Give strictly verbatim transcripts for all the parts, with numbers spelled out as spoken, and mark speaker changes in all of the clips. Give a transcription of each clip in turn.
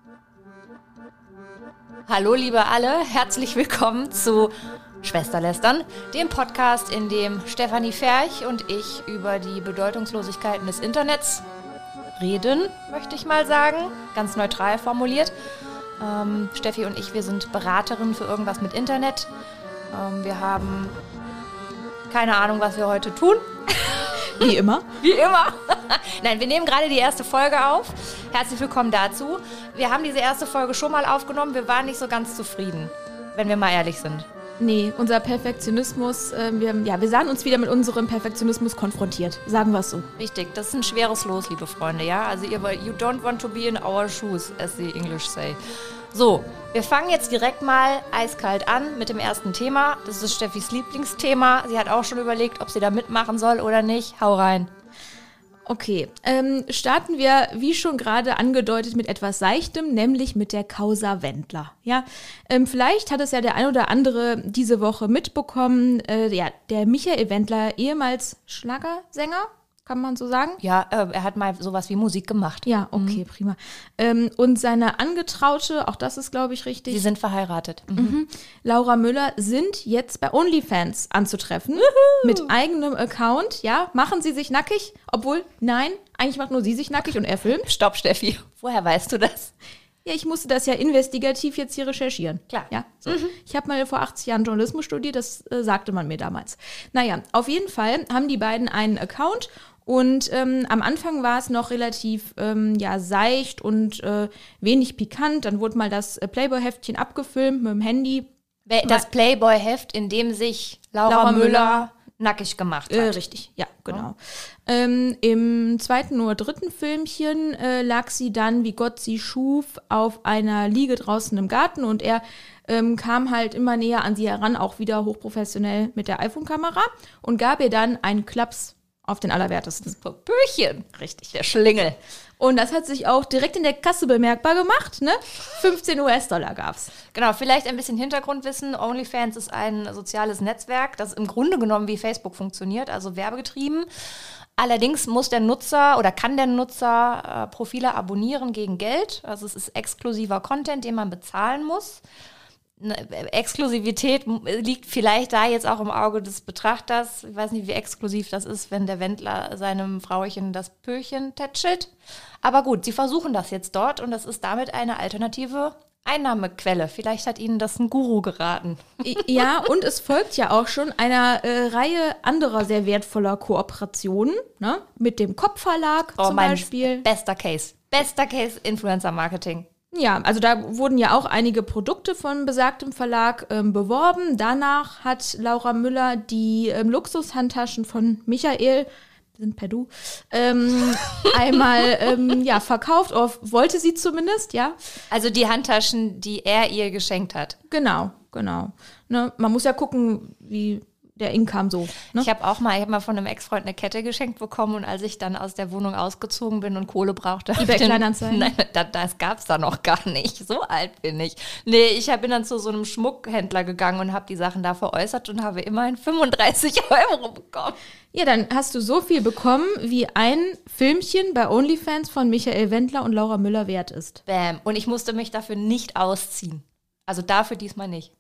Speaker 1: Hallo liebe alle, herzlich willkommen zu Schwesterlästern, dem Podcast, in dem Stefanie Ferch und ich über die Bedeutungslosigkeiten des Internets reden, möchte ich mal sagen, ganz neutral formuliert. Ähm, Steffi und ich, wir sind Beraterinnen für irgendwas mit Internet. Ähm, wir haben keine Ahnung, was wir heute tun.
Speaker 2: Wie immer.
Speaker 1: Wie immer. Nein, wir nehmen gerade die erste Folge auf. Herzlich willkommen dazu. Wir haben diese erste Folge schon mal aufgenommen. Wir waren nicht so ganz zufrieden, wenn wir mal ehrlich sind.
Speaker 2: Nee, unser Perfektionismus, äh, wir, ja, wir sahen uns wieder mit unserem Perfektionismus konfrontiert. Sagen wir es so.
Speaker 1: Richtig, das ist ein schweres Los, liebe Freunde, ja? Also ihr, you don't want to be in our shoes, as the English say. So, wir fangen jetzt direkt mal eiskalt an mit dem ersten Thema. Das ist Steffis Lieblingsthema. Sie hat auch schon überlegt, ob sie da mitmachen soll oder nicht. Hau rein.
Speaker 2: Okay, ähm, starten wir, wie schon gerade angedeutet, mit etwas Seichtem, nämlich mit der Causa Wendler. Ja, ähm, vielleicht hat es ja der ein oder andere diese Woche mitbekommen. Äh, ja, der Michael Wendler, ehemals Schlagersänger, kann man so sagen?
Speaker 1: Ja, äh, er hat mal sowas wie Musik gemacht.
Speaker 2: Ja, okay, mhm. prima. Ähm, und seine Angetraute, auch das ist, glaube ich, richtig.
Speaker 1: Sie sind verheiratet. Mhm.
Speaker 2: Mhm. Laura Müller sind jetzt bei OnlyFans anzutreffen. Juhu. Mit eigenem Account. Ja, machen sie sich nackig? Obwohl, nein, eigentlich macht nur sie sich nackig und er filmt.
Speaker 1: Stopp, Steffi. Woher weißt du das?
Speaker 2: Ja, ich musste das ja investigativ jetzt hier recherchieren.
Speaker 1: Klar.
Speaker 2: Ja, so. mhm. Ich habe mal vor achtzig Jahren Journalismus studiert, das äh, sagte man mir damals. Naja, auf jeden Fall haben die beiden einen Account. Und ähm, am Anfang war es noch relativ ähm, ja, seicht und äh, wenig pikant. Dann wurde mal das äh, Playboy-Heftchen abgefilmt mit dem Handy.
Speaker 1: Das Playboy-Heft, in dem sich Laura, Laura Müller, Müller nackig gemacht hat.
Speaker 2: Äh, richtig, ja, genau. Ja. Ähm, Im zweiten oder dritten Filmchen äh, lag sie dann, wie Gott sie schuf, auf einer Liege draußen im Garten. Und er ähm, kam halt immer näher an sie heran, auch wieder hochprofessionell mit der iPhone-Kamera. Und gab ihr dann einen Klaps auf den Allerwertesten.
Speaker 1: Das Popöchen. Richtig, der Schlingel.
Speaker 2: Und das hat sich auch direkt in der Kasse bemerkbar gemacht, ne? fünfzehn US-Dollar gab's.
Speaker 1: Genau, vielleicht ein bisschen Hintergrundwissen. OnlyFans ist ein soziales Netzwerk, das im Grunde genommen wie Facebook funktioniert, also werbegetrieben. Allerdings muss der Nutzer oder kann der Nutzer äh, Profile abonnieren gegen Geld. Also es ist exklusiver Content, den man bezahlen muss. Exklusivität liegt vielleicht da jetzt auch im Auge des Betrachters. Ich weiß nicht, wie exklusiv das ist, wenn der Wendler seinem Frauchen das Pöchen tätschelt. Aber gut, sie versuchen das jetzt dort und das ist damit eine alternative Einnahmequelle. Vielleicht hat ihnen das ein Guru geraten.
Speaker 2: Ja, und es folgt ja auch schon einer äh, Reihe anderer sehr wertvoller Kooperationen, ne? Mit dem Kopfverlag
Speaker 1: oh,
Speaker 2: zum Beispiel.
Speaker 1: Bester Case. Bester Case Influencer-Marketing.
Speaker 2: Ja, also da wurden ja auch einige Produkte von besagtem Verlag ähm, beworben. Danach hat Laura Müller die ähm, Luxushandtaschen von Michael, wir sind per Du, ähm, einmal ähm, ja, verkauft, oder wollte sie zumindest, ja.
Speaker 1: Also die Handtaschen, die er ihr geschenkt hat.
Speaker 2: Genau, genau. Ne, man muss ja gucken, wie der Income so. Ne?
Speaker 1: Ich habe auch mal, ich habe mal von einem Ex-Freund eine Kette geschenkt bekommen und als ich dann aus der Wohnung ausgezogen bin und Kohle brauchte.
Speaker 2: eBay Kleinanzeigen?
Speaker 1: Nein, das, das gab es da noch gar nicht. So alt bin ich. Nee, ich hab, bin dann zu so einem Schmuckhändler gegangen und habe die Sachen da veräußert und habe immerhin fünfunddreißig Euro bekommen.
Speaker 2: Ja, dann hast du so viel bekommen, wie ein Filmchen bei OnlyFans von Michael Wendler und Laura Müller wert ist.
Speaker 1: Bäm. Und ich musste mich dafür nicht ausziehen. Also dafür diesmal nicht.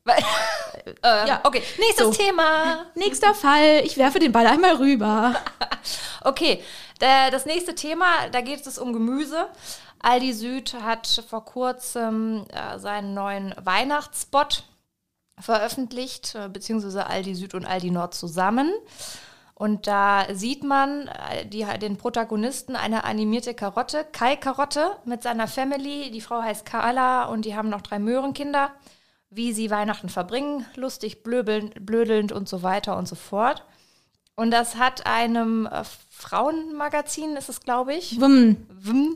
Speaker 1: äh, ja, okay, nächstes so. Thema.
Speaker 2: Nächster Fall, ich werfe den Ball einmal rüber.
Speaker 1: Okay, das nächste Thema, da geht es um Gemüse. Aldi Süd hat vor kurzem äh, seinen neuen Weihnachtsspot veröffentlicht, äh, beziehungsweise Aldi Süd und Aldi Nord zusammen. Und da sieht man äh, die, den Protagonisten, eine animierte Karotte, Kai Karotte, mit seiner Family. Die Frau heißt Carla und die haben noch drei Möhrenkinder, wie sie Weihnachten verbringen, lustig, blödelnd, blödelnd und so weiter und so fort. Und das hat einem äh, Frauenmagazin, ist es, glaube ich,
Speaker 2: Women.
Speaker 1: Women.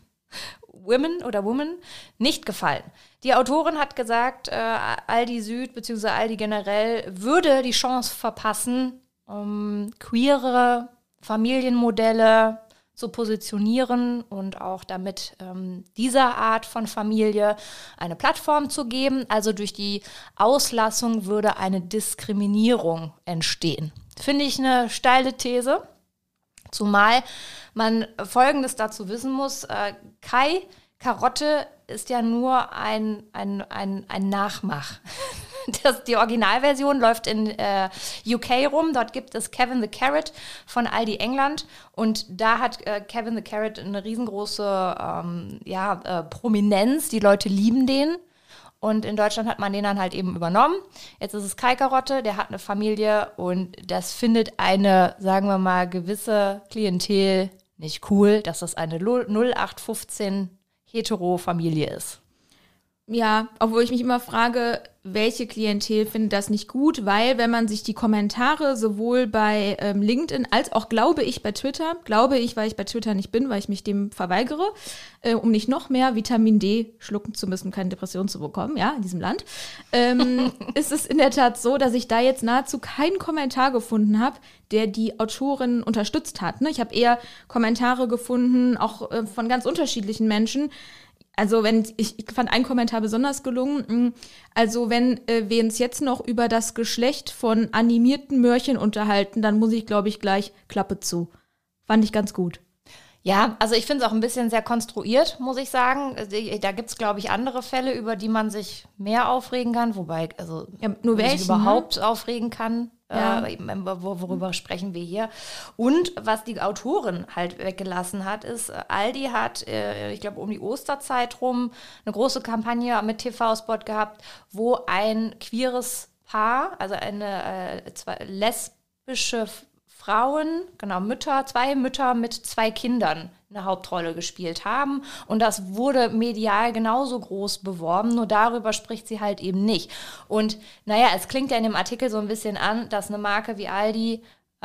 Speaker 1: Women oder Woman nicht gefallen. Die Autorin hat gesagt, äh, Aldi Süd bzw. Aldi generell würde die Chance verpassen, um queere Familienmodelle zu positionieren und auch damit ähm, dieser Art von Familie eine Plattform zu geben. Also durch die Auslassung würde eine Diskriminierung entstehen. Finde ich eine steile These, zumal man Folgendes dazu wissen muss. Äh, Kai Karotte ist ja nur ein, ein, ein, ein Nachmach. Das, die Originalversion läuft in äh, U K rum. Dort gibt es Kevin the Carrot von Aldi England. Und da hat äh, Kevin the Carrot eine riesengroße ähm, ja, äh, Prominenz. Die Leute lieben den. Und in Deutschland hat man den dann halt eben übernommen. Jetzt ist es Kai Karotte, der hat eine Familie. Und das findet eine, sagen wir mal, gewisse Klientel nicht cool, dass das eine null acht fünfzehn Hetero-Familie ist.
Speaker 2: Ja, obwohl ich mich immer frage, welche Klientel findet das nicht gut, weil wenn man sich die Kommentare sowohl bei ähm, LinkedIn als auch, glaube ich, bei Twitter, glaube ich, weil ich bei Twitter nicht bin, weil ich mich dem verweigere, äh, um nicht noch mehr Vitamin D schlucken zu müssen, keine Depression zu bekommen, ja, in diesem Land, ähm, ist es in der Tat so, dass ich da jetzt nahezu keinen Kommentar gefunden habe, der die Autorin unterstützt hat. Ne? Ich habe eher Kommentare gefunden, auch äh, von ganz unterschiedlichen Menschen. Also wenn ich, ich fand einen Kommentar besonders gelungen. Also wenn äh, wir uns jetzt noch über das Geschlecht von animierten Möhrchen unterhalten, dann muss ich, glaube ich, gleich Klappe zu. Fand ich ganz gut.
Speaker 1: Ja, also ich finde es auch ein bisschen sehr konstruiert, muss ich sagen. Da gibt es, glaube ich, andere Fälle, über die man sich mehr aufregen kann. Wobei, also
Speaker 2: ja, nur welchen,
Speaker 1: sich überhaupt ne? aufregen kann.
Speaker 2: Ja.
Speaker 1: Äh, worüber sprechen wir hier? Und was die Autorin halt weggelassen hat, ist, Aldi hat, äh, ich glaube, um die Osterzeit rum eine große Kampagne mit T V-Spot gehabt, wo ein queeres Paar, also eine äh, zwei lesbische Frauen, genau, Mütter, zwei Mütter mit zwei Kindern eine Hauptrolle gespielt haben. Und das wurde medial genauso groß beworben, nur darüber spricht sie halt eben nicht. Und naja, es klingt ja in dem Artikel so ein bisschen an, dass eine Marke wie Aldi,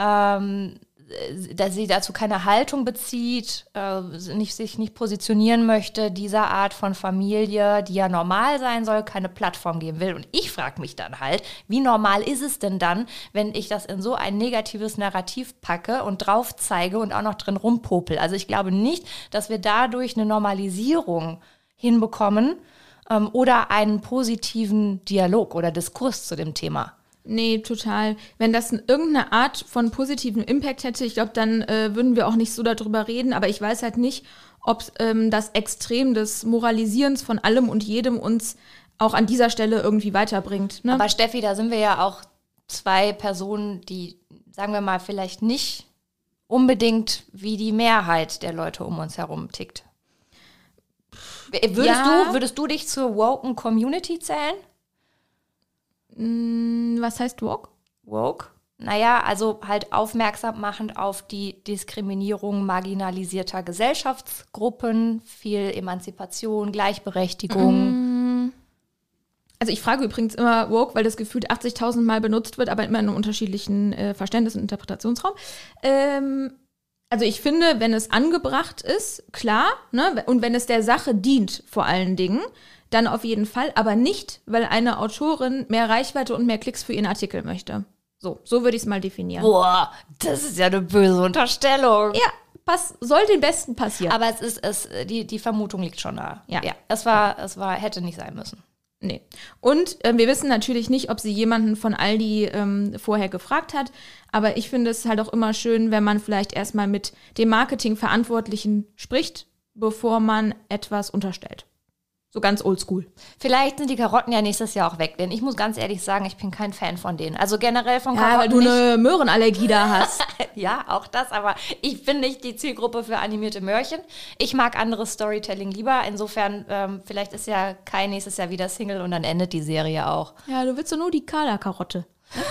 Speaker 1: ähm, dass sie dazu keine Haltung bezieht, äh, nicht, sich nicht positionieren möchte, dieser Art von Familie, die ja normal sein soll, keine Plattform geben will. Und ich frage mich dann halt, wie normal ist es denn dann, wenn ich das in so ein negatives Narrativ packe und drauf zeige und auch noch drin rumpopel? Also ich glaube nicht, dass wir dadurch eine Normalisierung hinbekommen ähm, oder einen positiven Dialog oder Diskurs zu dem Thema.
Speaker 2: Nee, total. Wenn das irgendeine Art von positiven Impact hätte, ich glaube, dann äh, würden wir auch nicht so darüber reden. Aber ich weiß halt nicht, ob ähm, das Extrem des Moralisierens von allem und jedem uns auch an dieser Stelle irgendwie weiterbringt. Ne?
Speaker 1: Aber Steffi, da sind wir ja auch zwei Personen, die, sagen wir mal, vielleicht nicht unbedingt wie die Mehrheit der Leute um uns herum tickt. Würdest,
Speaker 2: ja.
Speaker 1: du, würdest du dich zur woken Community zählen?
Speaker 2: Was heißt woke?
Speaker 1: Woke? Naja, also halt aufmerksam machend auf die Diskriminierung marginalisierter Gesellschaftsgruppen, viel Emanzipation, Gleichberechtigung.
Speaker 2: Also ich frage übrigens immer woke, weil das gefühlt achtzigtausend Mal benutzt wird, aber immer in einem unterschiedlichen äh, Verständnis- und Interpretationsraum. Ähm, also ich finde, wenn es angebracht ist, klar, ne, und wenn es der Sache dient vor allen Dingen, dann auf jeden Fall, aber nicht, weil eine Autorin mehr Reichweite und mehr Klicks für ihren Artikel möchte. So, so würde ich es mal definieren.
Speaker 1: Boah, das ist ja eine böse Unterstellung.
Speaker 2: Ja, pass, soll den Besten passieren.
Speaker 1: Aber es ist, es, die, die Vermutung liegt schon da.
Speaker 2: Ja.
Speaker 1: ja es war, es war, hätte nicht sein müssen.
Speaker 2: Nee. Und äh, wir wissen natürlich nicht, ob sie jemanden von Aldi ähm, vorher gefragt hat, aber ich finde es halt auch immer schön, wenn man vielleicht erstmal mit dem Marketingverantwortlichen spricht, bevor man etwas unterstellt. So ganz oldschool.
Speaker 1: Vielleicht sind die Karotten ja nächstes Jahr auch weg, denn ich muss ganz ehrlich sagen, ich bin kein Fan von denen. Also generell von Karotten.
Speaker 2: Ja, weil du nicht. Eine Möhrenallergie da hast.
Speaker 1: Ja, auch das, aber ich bin nicht die Zielgruppe für animierte Möhrchen. Ich mag anderes Storytelling lieber. Insofern, ähm, vielleicht ist ja Kai nächstes Jahr wieder Single und dann endet die Serie auch.
Speaker 2: Ja, du willst doch nur die Kala-Karotte.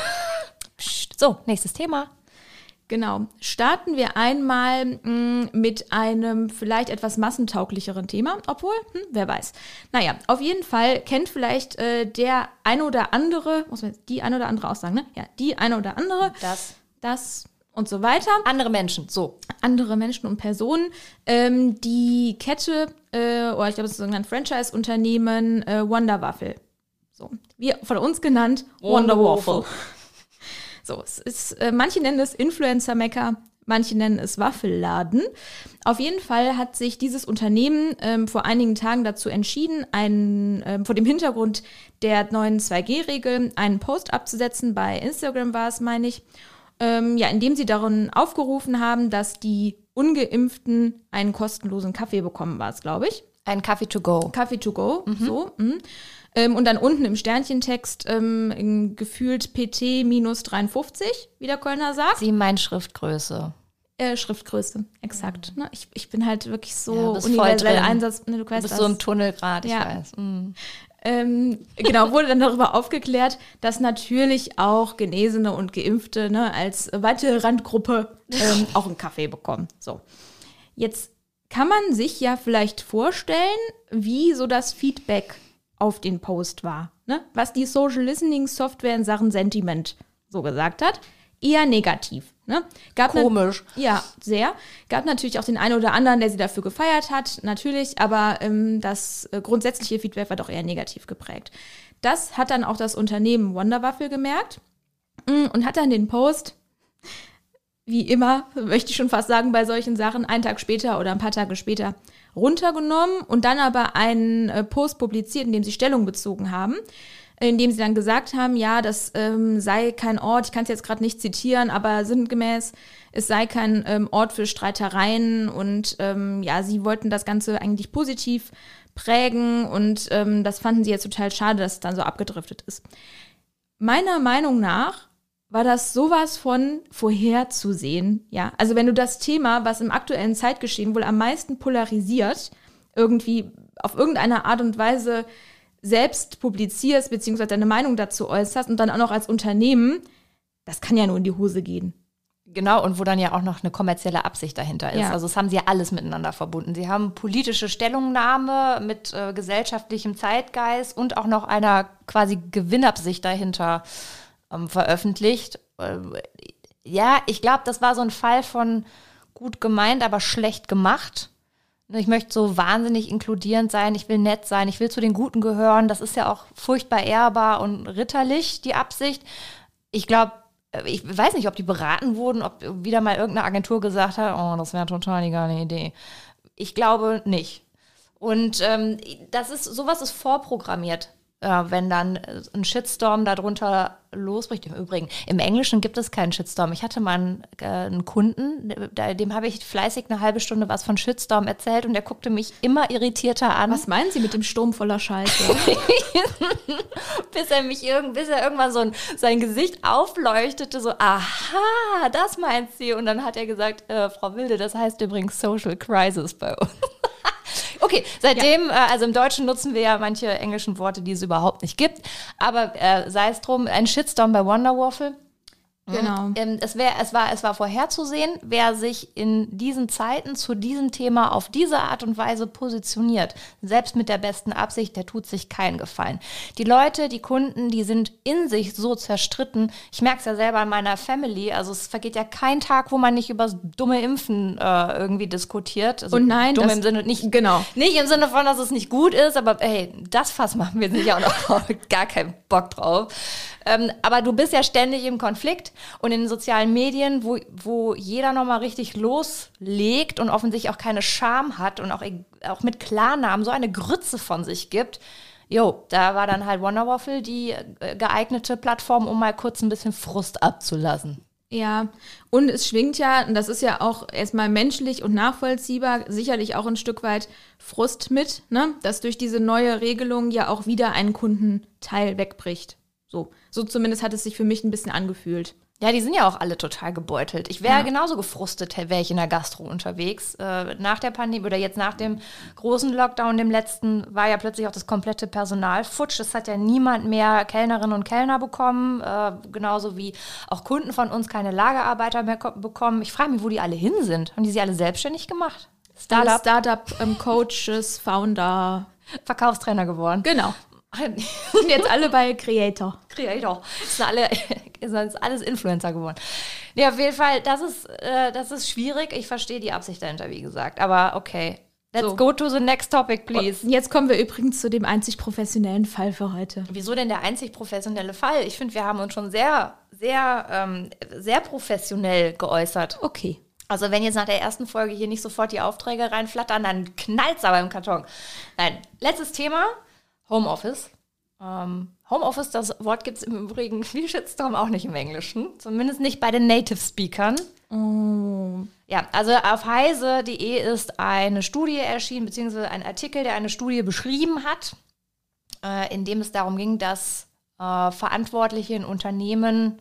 Speaker 1: Psst. So, nächstes Thema.
Speaker 2: Genau. Starten wir einmal mh, mit einem vielleicht etwas massentauglicheren Thema, obwohl, hm, wer weiß. Naja, auf jeden Fall kennt vielleicht äh, der ein oder andere, muss man jetzt die ein oder andere aussagen, ne? Ja, die eine oder andere.
Speaker 1: Das.
Speaker 2: Das und so weiter.
Speaker 1: Andere Menschen, so.
Speaker 2: Andere Menschen und Personen. Ähm, die Kette, äh, oder ich glaube, es ist ein Franchise-Unternehmen, äh, Wonder Waffle. So, wie von uns genannt, Wonder Waffle. So, es ist, äh, manche nennen es Influencer-Mecker, manche nennen es Waffelladen. Auf jeden Fall hat sich dieses Unternehmen ähm, vor einigen Tagen dazu entschieden, einen, ähm, vor dem Hintergrund der neuen zwei G Regel einen Post abzusetzen. Bei Instagram war es, meine ich, ähm, ja, indem sie darin aufgerufen haben, dass die Ungeimpften einen kostenlosen Kaffee bekommen, war es, glaube ich.
Speaker 1: Ein Kaffee to go.
Speaker 2: Kaffee to go, mhm. so. Mh. Ähm, und dann unten im Sternchentext ähm, gefühlt P T minus dreiundfünfzig, wie der Kölner sagt.
Speaker 1: Sie meint Schriftgröße.
Speaker 2: Äh, Schriftgröße, exakt. Mhm. Ne? Ich, ich bin halt wirklich so
Speaker 1: ja,
Speaker 2: universell Einsatz. Ne, du,
Speaker 1: du bist das. So im Tunnel gerade, ich
Speaker 2: ja.
Speaker 1: weiß. Mhm.
Speaker 2: Ähm, genau, wurde dann darüber aufgeklärt, dass natürlich auch Genesene und Geimpfte ne, als weitere Randgruppe ähm, auch einen Kaffee bekommen. So. Jetzt kann man sich ja vielleicht vorstellen, wie so das Feedback auf den Post war. Ne? Was die Social Listening Software in Sachen Sentiment so gesagt hat. Eher negativ. Ne? Gab
Speaker 1: Komisch.
Speaker 2: Ne, ja, sehr. Gab natürlich auch den einen oder anderen, der sie dafür gefeiert hat, natürlich, aber ähm, das äh, grundsätzliche Feedback war doch eher negativ geprägt. Das hat dann auch das Unternehmen Wonderwaffel gemerkt mh, und hat dann den Post, wie immer, möchte ich schon fast sagen, bei solchen Sachen, einen Tag später oder ein paar Tage später runtergenommen und dann aber einen äh, Post publiziert, in dem sie Stellung bezogen haben, in dem sie dann gesagt haben, ja, das ähm, sei kein Ort, ich kann es jetzt gerade nicht zitieren, aber sinngemäß, es sei kein ähm, Ort für Streitereien und ähm, ja, sie wollten das Ganze eigentlich positiv prägen und ähm, das fanden sie jetzt total schade, dass es dann so abgedriftet ist. Meiner Meinung nach war das sowas von vorherzusehen, ja. Also wenn du das Thema, was im aktuellen Zeitgeschehen wohl am meisten polarisiert, irgendwie auf irgendeine Art und Weise selbst publizierst, beziehungsweise deine Meinung dazu äußerst und dann auch noch als Unternehmen, das kann ja nur in die Hose gehen.
Speaker 1: Genau, und wo dann ja auch noch eine kommerzielle Absicht dahinter ist.
Speaker 2: Ja.
Speaker 1: Also das haben sie ja alles miteinander verbunden. Sie haben politische Stellungnahme mit äh, gesellschaftlichem Zeitgeist und auch noch einer quasi Gewinnabsicht dahinter ähm, veröffentlicht. Äh, ja, ich glaube, das war so ein Fall von gut gemeint, aber schlecht gemacht. Ich möchte so wahnsinnig inkludierend sein, ich will nett sein, ich will zu den Guten gehören. Das ist ja auch furchtbar ehrbar und ritterlich, die Absicht. Ich glaube, ich weiß nicht, ob die beraten wurden, ob wieder mal irgendeine Agentur gesagt hat, oh, das wäre total die geile Idee. Ich glaube nicht. Und ähm, das ist, sowas ist vorprogrammiert, äh, wenn dann ein Shitstorm darunter losbricht. Im Übrigen, im Englischen gibt es keinen Shitstorm. Ich hatte mal einen, äh, einen Kunden, dem habe ich fleißig eine halbe Stunde was von Shitstorm erzählt und der guckte mich immer irritierter an.
Speaker 2: Was meinen Sie mit dem Sturm voller Scheiße?
Speaker 1: bis er mich irgend, bis er irgendwann so ein, sein Gesicht aufleuchtete, so, aha, das meint sie. Und dann hat er gesagt, äh, Frau Wilde, das heißt übrigens Social Crisis bei uns. Okay, seitdem, ja. äh, also im Deutschen nutzen wir ja manche englischen Worte, die es überhaupt nicht gibt. Aber äh, sei es drum, ein Shitstorm bei Wonderwaffle.
Speaker 2: Genau.
Speaker 1: Ähm, es, wär, es, war, es war vorherzusehen, wer sich in diesen Zeiten zu diesem Thema auf diese Art und Weise positioniert, selbst mit der besten Absicht, der tut sich keinen Gefallen. Die Leute, die Kunden, die sind in sich so zerstritten. Ich merke es ja selber in meiner Family. Also es vergeht ja kein Tag, wo man nicht über das dumme Impfen äh, irgendwie diskutiert. Also
Speaker 2: und nein,
Speaker 1: dumm
Speaker 2: das,
Speaker 1: im Sinne nicht,
Speaker 2: genau.
Speaker 1: nicht im Sinne von, dass es nicht gut ist, aber hey, das Fass machen wir sicher auch noch gar keinen Bock drauf. Ähm, aber du bist ja ständig im Konflikt und in den sozialen Medien, wo, wo jeder nochmal richtig loslegt und offensichtlich auch keine Scham hat und auch, auch mit Klarnamen so eine Grütze von sich gibt. Jo, da war dann halt Wonderwaffle die äh, geeignete Plattform, um mal kurz ein bisschen Frust abzulassen.
Speaker 2: Ja, und es schwingt ja, und das ist ja auch erstmal menschlich und nachvollziehbar, sicherlich auch ein Stück weit Frust mit, ne? Dass durch diese neue Regelung ja auch wieder ein Kundenteil wegbricht. So, so zumindest hat es sich für mich ein bisschen angefühlt.
Speaker 1: Ja, die sind ja auch alle total gebeutelt. Ich wäre
Speaker 2: Ja.
Speaker 1: genauso gefrustet, wäre ich in der Gastro unterwegs. Äh, nach der Pandemie oder jetzt nach dem großen Lockdown, dem letzten, war ja plötzlich auch das komplette Personal futsch. Es hat ja niemand mehr Kellnerinnen und Kellner bekommen, äh, genauso wie auch Kunden von uns keine Lagerarbeiter mehr ko- bekommen. Ich frage mich, wo die alle hin sind. Haben die sie alle selbstständig gemacht?
Speaker 2: Startup, Startup ähm, Coaches, Founder.
Speaker 1: Verkaufstrainer geworden.
Speaker 2: Genau. Sind jetzt alle bei Creator.
Speaker 1: Creator. Das sind, alle, das sind alles Influencer geworden. Ja, auf jeden Fall, das ist, äh, das ist schwierig. Ich verstehe die Absicht dahinter, wie gesagt. Aber okay, let's
Speaker 2: So.
Speaker 1: go to the next topic, please.
Speaker 2: Und jetzt kommen wir übrigens zu dem einzig professionellen Fall für heute.
Speaker 1: Wieso denn der einzig professionelle Fall? Ich finde, wir haben uns schon sehr, sehr, ähm, sehr professionell geäußert.
Speaker 2: Okay.
Speaker 1: Also wenn jetzt nach der ersten Folge hier nicht sofort die Aufträge reinflattern, dann knallt's aber im Karton. Nein, letztes Thema. Homeoffice. Ähm, Homeoffice, das Wort gibt es im Übrigen wie Shitstorm auch nicht im Englischen. Zumindest nicht bei den Native-Speakern.
Speaker 2: Oh.
Speaker 1: Ja, also auf heise punkt de ist eine Studie erschienen, beziehungsweise ein Artikel, der eine Studie beschrieben hat, äh, in dem es darum ging, dass äh, Verantwortliche in Unternehmen,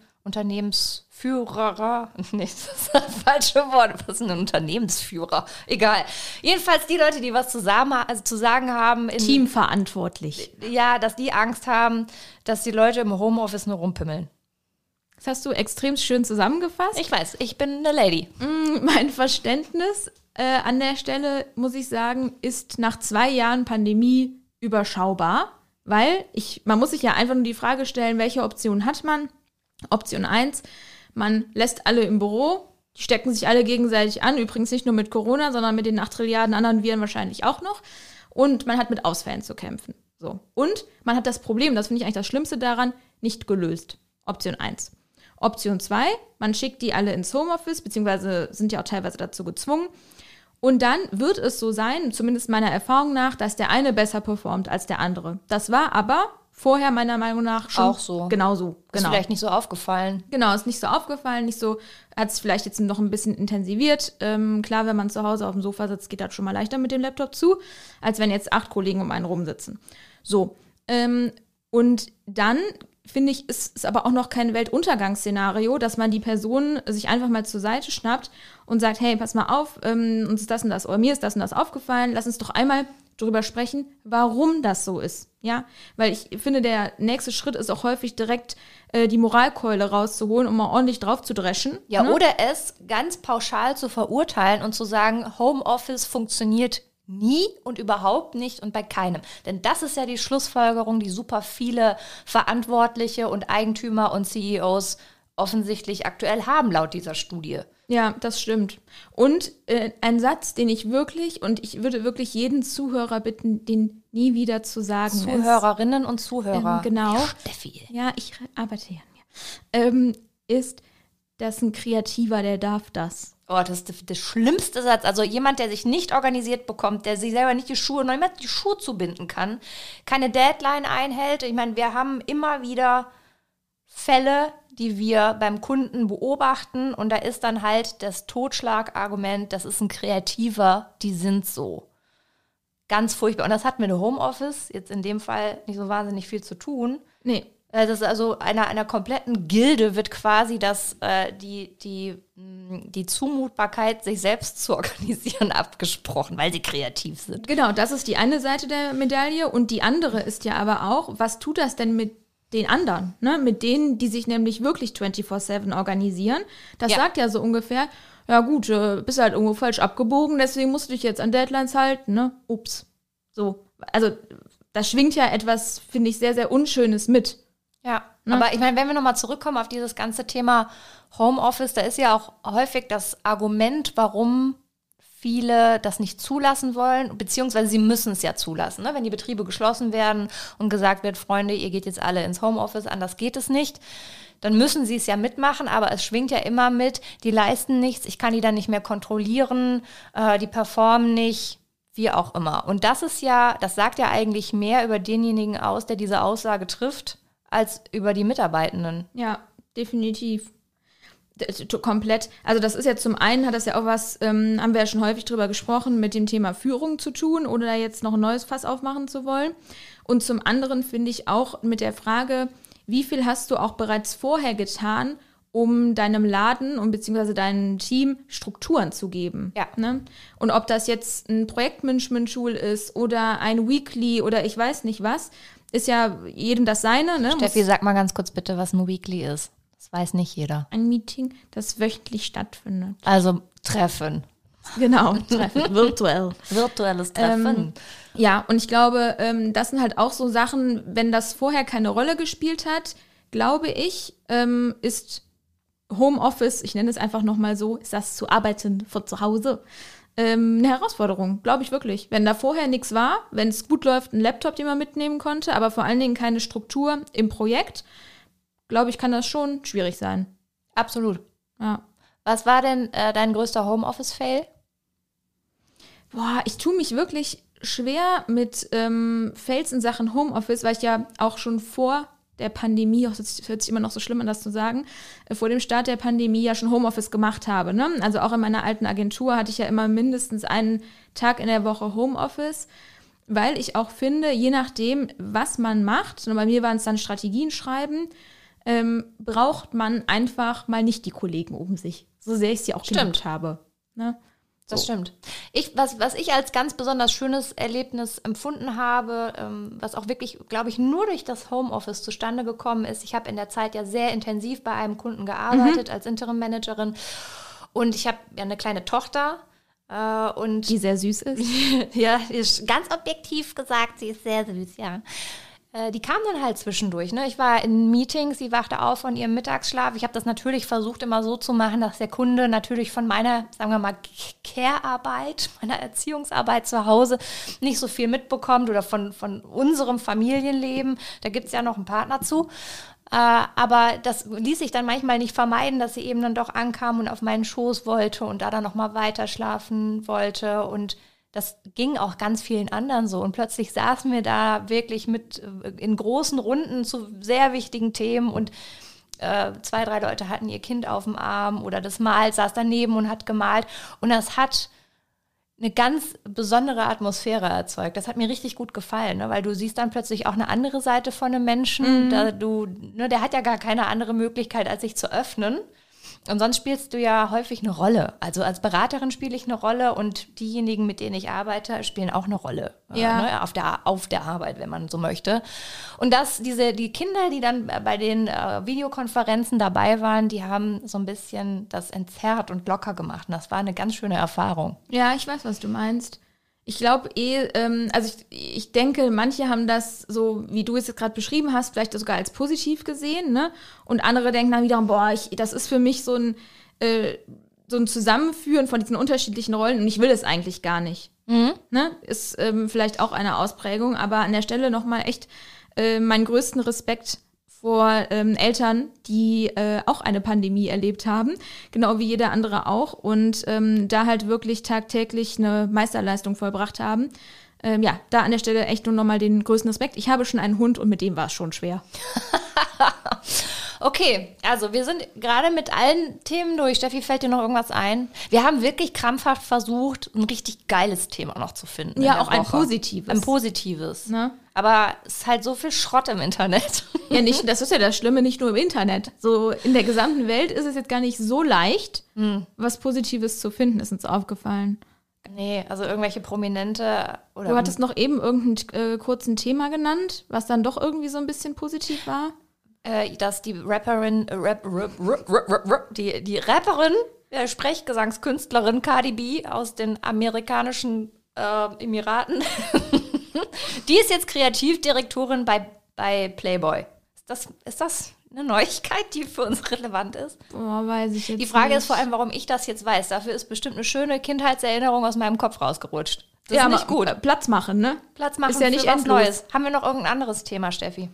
Speaker 1: Unternehmensführer, nee, das ist das falsche Wort, was ist ein Unternehmensführer? Egal. Jedenfalls die Leute, die was zusammen, also zu sagen haben. In,
Speaker 2: Teamverantwortlich.
Speaker 1: Ja, dass die Angst haben, dass die Leute im Homeoffice nur rumpimmeln.
Speaker 2: Das hast du extrem schön zusammengefasst.
Speaker 1: Ich weiß, ich bin eine Lady.
Speaker 2: Mm, mein Verständnis äh, an der Stelle, muss ich sagen, ist nach zwei Jahren Pandemie überschaubar, weil ich, man muss sich ja einfach nur die Frage stellen, welche Option hat man? Option eins, man lässt alle im Büro, die stecken sich alle gegenseitig an, übrigens nicht nur mit Corona, sondern mit den acht Trilliarden anderen Viren wahrscheinlich auch noch. Und man hat mit Ausfällen zu kämpfen. So. Und man hat das Problem, das finde ich eigentlich das Schlimmste daran, nicht gelöst. Option eins. Option zwei, man schickt die alle ins Homeoffice, beziehungsweise sind ja auch teilweise dazu gezwungen. Und dann wird es so sein, zumindest meiner Erfahrung nach, dass der eine besser performt als der andere. Das war aber vorher meiner Meinung nach schon
Speaker 1: auch so.
Speaker 2: Genauso.
Speaker 1: Ist
Speaker 2: genau.
Speaker 1: vielleicht nicht so aufgefallen.
Speaker 2: Genau, ist nicht so aufgefallen, nicht so, hat es vielleicht jetzt noch ein bisschen intensiviert. Ähm, klar, wenn man zu Hause auf dem Sofa sitzt, geht das schon mal leichter mit dem Laptop zu, als wenn jetzt acht Kollegen um einen rumsitzen. So, ähm, und dann finde ich, ist es aber auch noch kein Weltuntergangsszenario, dass man die Person sich einfach mal zur Seite schnappt und sagt, hey, pass mal auf, ähm, uns ist das und das, oder mir ist das und das aufgefallen, lass uns doch einmal darüber sprechen, warum das so ist. Ja, weil ich finde, der nächste Schritt ist auch häufig direkt äh, die Moralkeule rauszuholen, um mal ordentlich drauf zu dreschen.
Speaker 1: Ja,
Speaker 2: ne?
Speaker 1: Oder es ganz pauschal zu verurteilen und zu sagen, Homeoffice funktioniert nie und überhaupt nicht und bei keinem. Denn das ist ja die Schlussfolgerung, die super viele Verantwortliche und Eigentümer und C E Os offensichtlich aktuell haben, laut dieser Studie.
Speaker 2: Ja, das stimmt. Und äh, ein Satz, den ich wirklich, und ich würde wirklich jeden Zuhörer bitten, den nie wieder zu sagen.
Speaker 1: Zuhörerinnen ist, und Zuhörer.
Speaker 2: Ähm, genau.
Speaker 1: Steffi.
Speaker 2: Ja, ich arbeite hier an mir. Ähm, ist, dass ein Kreativer, der darf das.
Speaker 1: Oh, das ist der, der schlimmste Satz. Also jemand, der sich nicht organisiert bekommt, der sich selber nicht die Schuhe, noch niemand die Schuhe zubinden kann, keine Deadline einhält. Ich meine, wir haben immer wieder Fälle, die wir beim Kunden beobachten und da ist dann halt das Totschlagargument, das ist ein Kreativer, die sind so. Ganz furchtbar. Und das hat mit dem Homeoffice jetzt in dem Fall nicht so wahnsinnig viel zu tun.
Speaker 2: Nee.
Speaker 1: Das ist also einer, einer kompletten Gilde wird quasi das, äh, die, die, die Zumutbarkeit, sich selbst zu organisieren, abgesprochen, weil sie kreativ sind.
Speaker 2: Genau, das ist die eine Seite der Medaille und die andere ist ja aber auch, was tut das denn mit den anderen, ne? Mit denen, die sich nämlich wirklich vierundzwanzig sieben organisieren. Das
Speaker 1: ja.
Speaker 2: sagt ja so ungefähr, ja gut, äh, bist halt irgendwo falsch abgebogen, deswegen musst du dich jetzt an Deadlines halten, ne? Ups. So, also das schwingt ja etwas, finde ich, sehr, sehr Unschönes mit.
Speaker 1: Ja, ne? Aber ich meine, wenn wir nochmal zurückkommen auf dieses ganze Thema Homeoffice, da ist ja auch häufig das Argument, warum viele das nicht zulassen wollen, beziehungsweise sie müssen es ja zulassen. Ne? Wenn die Betriebe geschlossen werden und gesagt wird, Freunde, ihr geht jetzt alle ins Homeoffice, anders geht es nicht, dann müssen sie es ja mitmachen, aber es schwingt ja immer mit, die leisten nichts, ich kann die dann nicht mehr kontrollieren, äh, die performen nicht, wie auch immer. Und das ist ja, das sagt ja eigentlich mehr über denjenigen aus, der diese Aussage trifft, als über die Mitarbeitenden.
Speaker 2: Ja, definitiv. Komplett. Also das ist ja zum einen, hat das ja auch was, ähm, haben wir ja schon häufig drüber gesprochen, mit dem Thema Führung zu tun oder jetzt noch ein neues Fass aufmachen zu wollen. Und zum anderen finde ich auch mit der Frage, wie viel hast du auch bereits vorher getan, um deinem Laden und beziehungsweise deinem Team Strukturen zu geben.
Speaker 1: Ja.
Speaker 2: Ne? Und ob das jetzt ein Projektmanagement-Tool ist oder ein Weekly oder ich weiß nicht was, ist ja jedem das Seine. Ne?
Speaker 1: Steffi, sag mal ganz kurz bitte, was ein Weekly ist. Das weiß nicht jeder.
Speaker 2: Ein Meeting, das wöchentlich stattfindet.
Speaker 1: Also Treffen.
Speaker 2: Genau, Treffen, virtuell.
Speaker 1: Virtuelles Treffen.
Speaker 2: Ähm, ja, und ich glaube, ähm, das sind halt auch so Sachen, wenn das vorher keine Rolle gespielt hat, glaube ich, ähm, ist Homeoffice, ich nenne es einfach nochmal so, ist das zu arbeiten von zu Hause, ähm, eine Herausforderung, glaube ich wirklich. Wenn da vorher nichts war, wenn es gut läuft, ein Laptop, den man mitnehmen konnte, aber vor allen Dingen keine Struktur im Projekt, glaube ich, kann das schon schwierig sein.
Speaker 1: Absolut.
Speaker 2: Ja.
Speaker 1: Was war denn äh, dein größter Homeoffice-Fail?
Speaker 2: Boah, ich tue mich wirklich schwer mit ähm, Fails in Sachen Homeoffice, weil ich ja auch schon vor der Pandemie, auch das hört sich immer noch so schlimm an, das zu sagen, äh, vor dem Start der Pandemie ja schon Homeoffice gemacht habe. Ne? Also auch in meiner alten Agentur hatte ich ja immer mindestens einen Tag in der Woche Homeoffice, weil ich auch finde, je nachdem, was man macht, und bei mir waren es dann Strategien schreiben, ähm, braucht man einfach mal nicht die Kollegen um sich, so sehr ich sie auch geliebt habe. Ne?
Speaker 1: Das
Speaker 2: So.
Speaker 1: stimmt. Ich, was, was ich als ganz besonders schönes Erlebnis empfunden habe, ähm, was auch wirklich, glaube ich, nur durch das Homeoffice zustande gekommen ist, ich habe in der Zeit ja sehr intensiv bei einem Kunden gearbeitet, mhm. als Interim-Managerin, und ich habe ja eine kleine Tochter. Äh, und
Speaker 2: die sehr süß ist.
Speaker 1: Ja, ist ganz objektiv gesagt, sie ist sehr süß, ja. Die kam dann halt zwischendurch. Ne? Ich war in Meetings, sie wachte auf von ihrem Mittagsschlaf. Ich habe das natürlich versucht, immer so zu machen, dass der Kunde natürlich von meiner, sagen wir mal, Care-Arbeit, meiner Erziehungsarbeit zu Hause nicht so viel mitbekommt oder von, von unserem Familienleben. Da gibt es ja noch einen Partner zu. Äh, aber das ließ sich dann manchmal nicht vermeiden, dass sie eben dann doch ankam und auf meinen Schoß wollte und da dann nochmal weiter schlafen wollte. Und das ging auch ganz vielen anderen so. Und plötzlich saßen wir da wirklich mit in großen Runden zu sehr wichtigen Themen und äh, zwei, drei Leute hatten ihr Kind auf dem Arm oder das Mal saß daneben und hat gemalt. Und das hat eine ganz besondere Atmosphäre erzeugt. Das hat mir richtig gut gefallen, ne? Weil du siehst dann plötzlich auch eine andere Seite von einem Menschen. Mhm. Da du, ne, der hat ja gar keine andere Möglichkeit, als sich zu öffnen. Und sonst spielst du ja häufig eine Rolle. Also als Beraterin spiele ich eine Rolle und diejenigen, mit denen ich arbeite, spielen auch eine Rolle.
Speaker 2: Ja.
Speaker 1: Äh, ne, auf der, auf der Arbeit, wenn man so möchte. Und das, diese, die Kinder, die dann bei den äh, Videokonferenzen dabei waren, die haben so ein bisschen das entzerrt und locker gemacht. Und das war eine ganz schöne Erfahrung.
Speaker 2: Ja, ich weiß, was du meinst. Ich glaube eh, ähm, also ich, ich denke, manche haben das so, wie du es jetzt gerade beschrieben hast, vielleicht sogar als positiv gesehen, ne? Und andere denken dann wiederum, boah, ich, das ist für mich so ein, äh, so ein Zusammenführen von diesen unterschiedlichen Rollen und ich will es eigentlich gar nicht. Mhm. Ne? Ist ähm, vielleicht auch eine Ausprägung, aber an der Stelle nochmal echt äh, meinen größten Respekt vor ähm, Eltern, die äh, auch eine Pandemie erlebt haben, genau wie jeder andere auch und ähm, da halt wirklich tagtäglich eine Meisterleistung vollbracht haben. Ähm, ja, da an der Stelle echt nur nochmal den größten Respekt. Ich habe schon einen Hund und mit dem war es schon schwer.
Speaker 1: Okay, also wir sind gerade mit allen Themen durch. Steffi, fällt dir noch irgendwas ein? Wir haben wirklich krampfhaft versucht, ein richtig geiles Thema noch zu finden.
Speaker 2: Ja, auch ein positives.
Speaker 1: Ein positives.
Speaker 2: Ne?
Speaker 1: Aber es ist halt so viel Schrott im Internet.
Speaker 2: Ja, nicht, das ist ja das Schlimme, nicht nur im Internet. So in der gesamten Welt ist es jetzt gar nicht so leicht, hm. was Positives zu finden, ist uns aufgefallen.
Speaker 1: Nee, also irgendwelche Prominente oder.
Speaker 2: Du hattest noch eben irgendein äh, kurzen Thema genannt, was dann doch irgendwie so ein bisschen positiv war.
Speaker 1: Äh, dass die Rapperin, äh, Rap, Rap, Rap, Rap, Rap, Rap, die, die Rapperin, äh, Sprechgesangskünstlerin Cardi B aus den amerikanischen äh, Emiraten, die ist jetzt Kreativdirektorin bei, bei Playboy. Ist das, ist das eine Neuigkeit, die für uns relevant ist?
Speaker 2: Boah, weiß ich jetzt
Speaker 1: Die Frage
Speaker 2: nicht.
Speaker 1: ist vor allem, warum ich das jetzt weiß. Dafür ist bestimmt eine schöne Kindheitserinnerung aus meinem Kopf rausgerutscht. Das
Speaker 2: ja,
Speaker 1: ist nicht gut.
Speaker 2: Platz machen, ne?
Speaker 1: Platz machen
Speaker 2: ist ja
Speaker 1: für
Speaker 2: nicht
Speaker 1: was
Speaker 2: endlos.
Speaker 1: Neues. Haben wir noch irgendein anderes Thema, Steffi?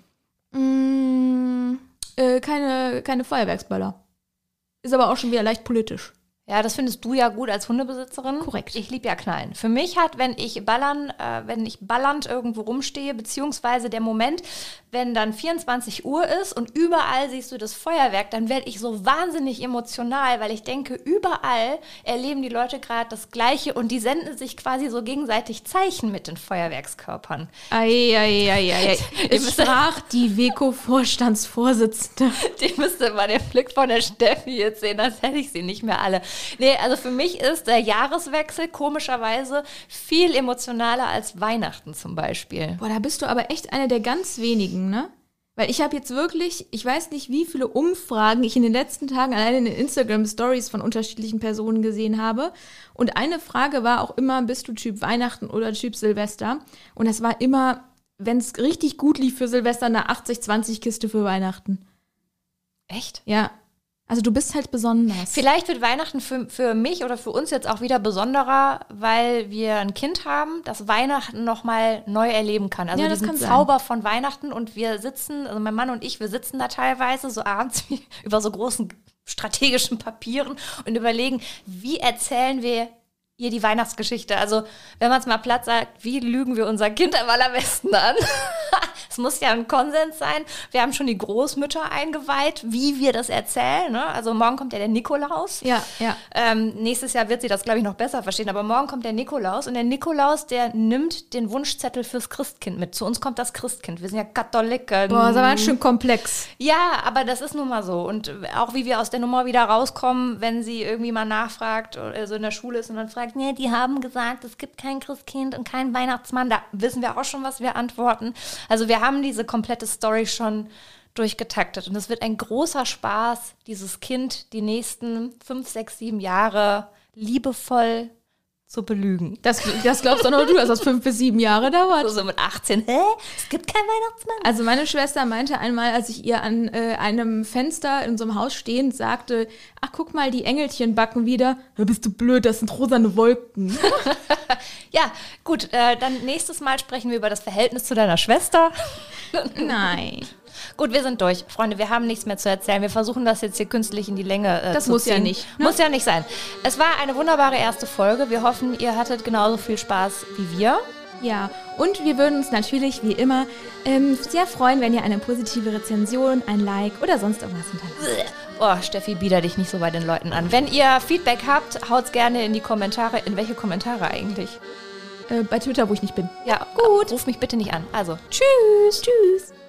Speaker 2: Mm, äh, keine, keine Feuerwerksböller. Ist aber auch schon wieder leicht politisch.
Speaker 1: Ja, das findest du ja gut als Hundebesitzerin.
Speaker 2: Korrekt.
Speaker 1: Ich liebe ja Knallen. Für mich hat, wenn ich ballern, äh, wenn ich ballernd irgendwo rumstehe, beziehungsweise der Moment, wenn dann vierundzwanzig Uhr ist und überall siehst du das Feuerwerk, dann werde ich so wahnsinnig emotional, weil ich denke, überall erleben die Leute gerade das Gleiche und die senden sich quasi so gegenseitig Zeichen mit den Feuerwerkskörpern.
Speaker 2: Ei, ei, ei, ei. Es sprach die WEKO-Vorstandsvorsitzende.
Speaker 1: Die müsste mal den Blick von der Steffi jetzt sehen, als hätte ich sie nicht mehr alle. Nee, also für mich ist der Jahreswechsel komischerweise viel emotionaler als Weihnachten zum Beispiel.
Speaker 2: Boah, da bist du aber echt eine der ganz wenigen, ne? Weil ich habe jetzt wirklich, ich weiß nicht, wie viele Umfragen ich in den letzten Tagen allein in den Instagram-Stories von unterschiedlichen Personen gesehen habe. Und eine Frage war auch immer, bist du Typ Weihnachten oder Typ Silvester? Und das war immer, wenn es richtig gut lief für Silvester, eine achtzig zwanzig Kiste für Weihnachten.
Speaker 1: Echt?
Speaker 2: Ja. Also du bist halt besonders.
Speaker 1: Vielleicht wird Weihnachten für, für mich oder für uns jetzt auch wieder besonderer, weil wir ein Kind haben, das Weihnachten nochmal neu erleben kann. Also
Speaker 2: ja, das
Speaker 1: diesen
Speaker 2: kann
Speaker 1: Zauber
Speaker 2: sein.
Speaker 1: von Weihnachten und wir sitzen, also mein Mann und ich, wir sitzen da teilweise so abends wie über so großen strategischen Papieren und überlegen, wie erzählen wir ihr die Weihnachtsgeschichte. Also wenn man es mal platt sagt, wie lügen wir unser Kind am allerbesten an? Es muss ja ein Konsens sein. Wir haben schon die Großmütter eingeweiht, wie wir das erzählen. Ne? Also morgen kommt ja der Nikolaus.
Speaker 2: Ja, ja.
Speaker 1: Ähm, nächstes Jahr wird sie das, glaube ich, noch besser verstehen. Aber morgen kommt der Nikolaus. Und der Nikolaus, der nimmt den Wunschzettel fürs Christkind mit. Zu uns kommt das Christkind. Wir sind ja Katholiken.
Speaker 2: Boah, das war ganz schön komplex.
Speaker 1: Ja, aber das ist nun mal so. Und auch wie wir aus der Nummer wieder rauskommen, wenn sie irgendwie mal nachfragt oder so in der Schule ist und dann fragt, nee, die haben gesagt, es gibt kein Christkind und keinen Weihnachtsmann. Da wissen wir auch schon, was wir antworten. Also wir haben diese komplette Story schon durchgetaktet. Und es wird ein großer Spaß, dieses Kind die nächsten fünf, sechs, sieben Jahre liebevoll zu belügen.
Speaker 2: Das, das glaubst doch nur du, dass das fünf bis sieben Jahre dauert.
Speaker 1: So, so mit achtzehn, hä? Es gibt keinen Weihnachtsmann?
Speaker 2: Also meine Schwester meinte einmal, als ich ihr an äh, einem Fenster in so einem Haus stehend sagte, ach, guck mal, die Engelchen backen wieder. Ja, bist du blöd, das sind rosane Wolken.
Speaker 1: Ja, gut, äh, dann nächstes Mal sprechen wir über das Verhältnis zu deiner Schwester.
Speaker 2: Nein.
Speaker 1: Gut, wir sind durch. Freunde, wir haben nichts mehr zu erzählen. Wir versuchen das jetzt hier künstlich in die Länge äh,
Speaker 2: Das
Speaker 1: zu
Speaker 2: muss
Speaker 1: ziehen.
Speaker 2: ja nicht, ne?
Speaker 1: Muss ja nicht sein. Es war eine wunderbare erste Folge. Wir hoffen, ihr hattet genauso viel Spaß wie wir.
Speaker 2: Ja, und wir würden uns natürlich wie immer ähm, sehr freuen, wenn ihr eine positive Rezension, ein Like oder sonst irgendwas hinterlasst.
Speaker 1: Oh, Steffi, bieder dich nicht so bei den Leuten an. Wenn ihr Feedback habt, haut's gerne in die Kommentare. In welche Kommentare eigentlich?
Speaker 2: Äh, bei Twitter, wo ich nicht bin.
Speaker 1: Ja, gut. Ruf mich bitte nicht an. Also, tschüss.
Speaker 2: Tschüss.